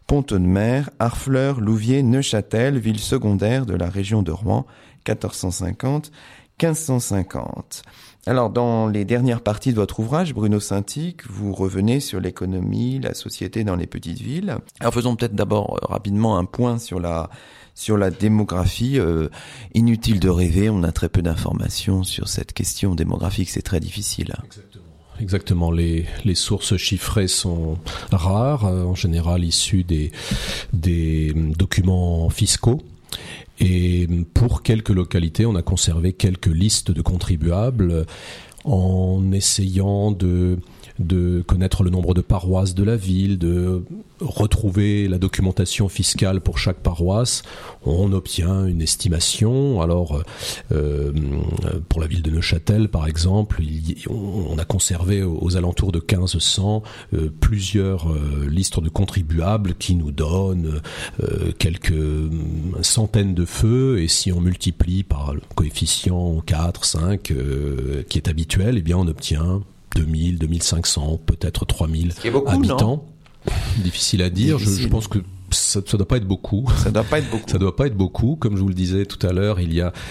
Pont-Audemer, Harfleur, Louviers, Neuchâtel, ville secondaire de la région de Rouen, 1450-1550. Alors, dans les dernières parties de votre ouvrage, Bruno Saintic, vous revenez sur l'économie, la société dans les petites villes. Alors, faisons peut-être d'abord rapidement un point sur la démographie. Inutile de rêver, on a très peu d'informations sur cette question démographique, c'est très difficile. Exactement. Les sources chiffrées sont rares, en général issues des documents fiscaux. Et pour quelques localités, on a conservé quelques listes de contribuables en essayant de connaître le nombre de paroisses de la ville, de retrouver la documentation fiscale pour chaque paroisse. On obtient une estimation. Alors, pour la ville de Neuchâtel, par exemple, on a conservé aux alentours de 1500 plusieurs listes de contribuables qui nous donnent quelques centaines de feux. Et si on multiplie par le coefficient 4, 5, qui est habituel, eh bien on obtient 2000, 2500, peut-être 3000 habitants. Non, difficile à dire. Je pense que ça doit pas être beaucoup. Ça doit pas être beaucoup. Ça doit pas être beaucoup. Comme je vous le disais tout à l'heure,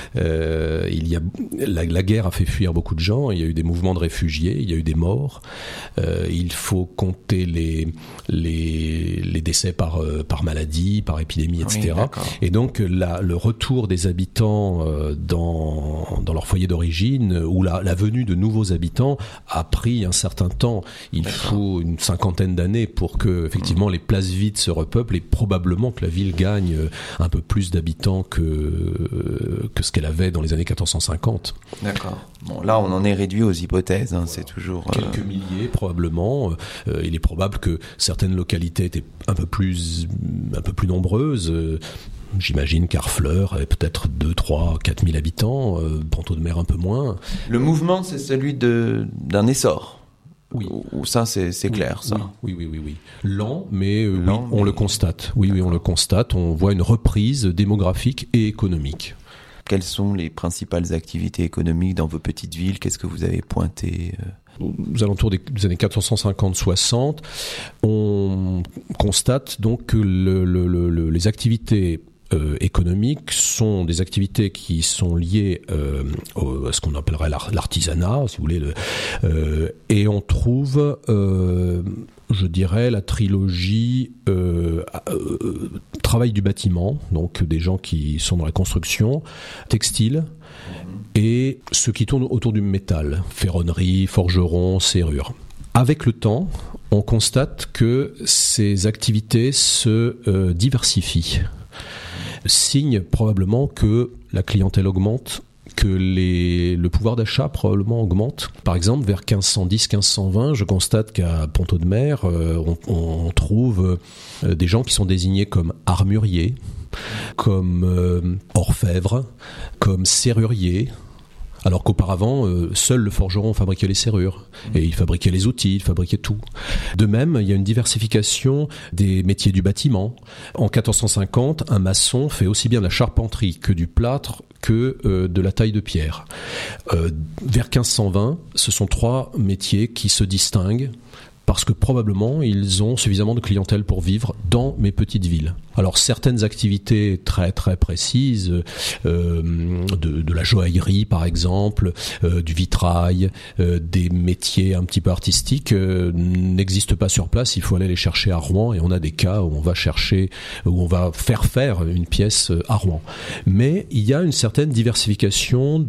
la guerre a fait fuir beaucoup de gens. Il y a eu des mouvements de réfugiés. Il y a eu des morts. Il faut compter les décès par maladie, par épidémie, etc. Oui, et donc le retour des habitants dans leur foyer d'origine ou la venue de nouveaux habitants a pris un certain temps. Il faut une cinquantaine d'années pour que effectivement les places vides se repeuplent et probablement que la ville gagne un peu plus d'habitants que ce qu'elle avait dans les années 1450. D'accord. Bon, là, on en est réduit aux hypothèses. Voilà. C'est toujours quelques milliers probablement. Il est probable que certaines localités étaient un peu plus nombreuses. J'imagine qu'Harfleur avait peut-être 2, 3, 4 000 habitants. Pont-Audemer un peu moins. Le mouvement, c'est celui d'un essor. Oui. Ou ça, c'est clair, ça. Oui. Lent, mais on le constate. Oui, on le constate. On voit une reprise démographique et économique. Quelles sont les principales activités économiques dans vos petites villes ? Qu'est-ce que vous avez pointé aux alentours des années 1450-60, on constate donc que les activités économiques sont des activités qui sont liées à ce qu'on appellerait l'artisanat, si vous voulez, et on trouve, je dirais, la trilogie travail du bâtiment, donc des gens qui sont dans la construction, textile, et ce qui tourne autour du métal, ferronnerie, forgeron, serrure. Avec le temps, on constate que ces activités se diversifient. Signe probablement que la clientèle augmente, que le pouvoir d'achat probablement augmente. Par exemple, vers 1510-1520, je constate qu'à Pont-Audemer, on trouve des gens qui sont désignés comme armuriers, comme orfèvres, comme serruriers, alors qu'auparavant, seul le forgeron fabriquait les serrures, et il fabriquait les outils, il fabriquait tout. De même, il y a une diversification des métiers du bâtiment. En 1450, un maçon fait aussi bien de la charpenterie que du plâtre que de la taille de pierre. Vers 1520, ce sont 3 métiers qui se distinguent parce que probablement ils ont suffisamment de clientèle pour vivre dans mes petites villes. Alors certaines activités très très précises, de la joaillerie par exemple, du vitrail, des métiers un petit peu artistiques n'existent pas sur place. Il faut aller les chercher à Rouen, et on a des cas où on va faire une pièce à Rouen. Mais il y a une certaine diversification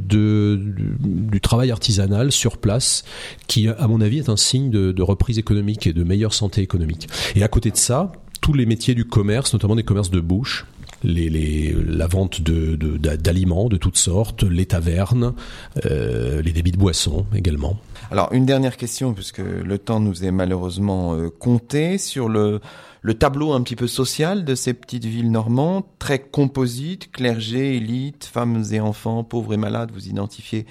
du travail artisanal sur place qui, à mon avis, est un signe de reprise économique et de meilleure santé économique. Et à côté de ça, tous les métiers du commerce, notamment des commerces de bouche, la vente d'aliments de toutes sortes, les tavernes, les débits de boissons également. Alors, une dernière question, puisque le temps nous est malheureusement compté, sur le tableau un petit peu social de ces petites villes normandes, très composite, clergé, élite, femmes et enfants, pauvres et malades, vous identifiez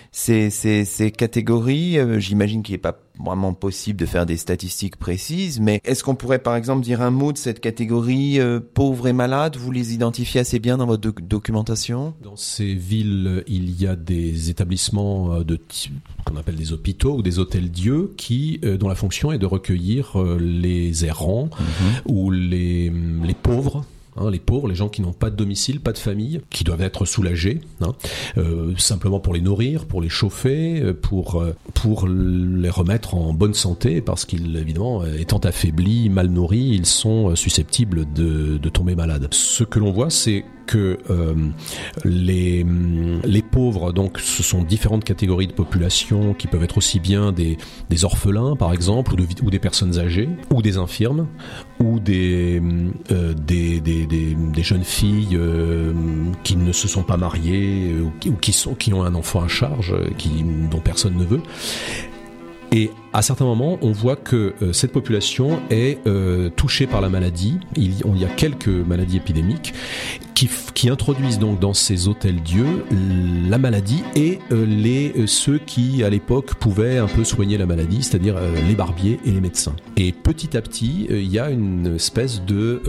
ces catégories. J'imagine qu'il n'est pas vraiment possible de faire des statistiques précises, mais est-ce qu'on pourrait par exemple dire un mot de cette catégorie pauvres et malades? Vous les identifiez assez bien dans votre documentation? Dans ces villes, il y a des établissements qu'on appelle des hôpitaux ou des hôtels-dieux dont la fonction est de recueillir les errants où les pauvres, les pauvres, les gens qui n'ont pas de domicile, pas de famille, qui doivent être soulagés, simplement pour les nourrir, pour les chauffer, pour les remettre en bonne santé, parce qu'ils, évidemment, étant affaiblis, mal nourris, ils sont susceptibles de tomber malades. Ce que l'on voit, c'est que les pauvres, donc, ce sont différentes catégories de population qui peuvent être aussi bien des orphelins, par exemple, ou des personnes âgées, ou des infirmes, ou des jeunes filles qui ne se sont pas mariées ou qui ont un enfant à charge dont personne ne veut. Et à certains moments, on voit que cette population est touchée par la maladie. Il y a quelques maladies épidémiques qui introduisent donc dans ces hôtels-dieux la maladie et ceux qui, à l'époque, pouvaient un peu soigner la maladie, c'est-à-dire les barbiers et les médecins. Et petit à petit, il y a une espèce de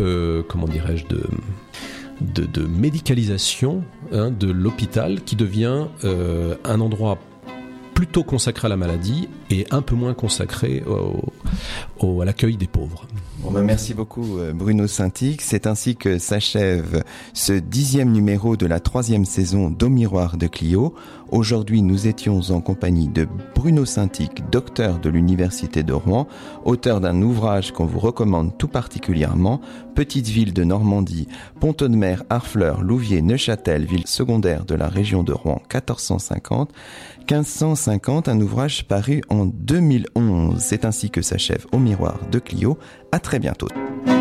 médicalisation de l'hôpital qui devient un endroit plutôt consacré à la maladie et un peu moins consacré à l'accueil des pauvres. Merci beaucoup Bruno Saintigue. C'est ainsi que s'achève ce 10e numéro de la 3e saison d'Au Miroir de Clio. Aujourd'hui, nous étions en compagnie de Bruno Saintigue, docteur de l'Université de Rouen, auteur d'un ouvrage qu'on vous recommande tout particulièrement, Petite ville de Normandie, Pont-Audemer, Harfleur, Louviers, Neuchâtel, ville secondaire de la région de Rouen, 1450-1550, un ouvrage paru en 2011. C'est ainsi que s'achève Au Miroir de Clio. À très bientôt.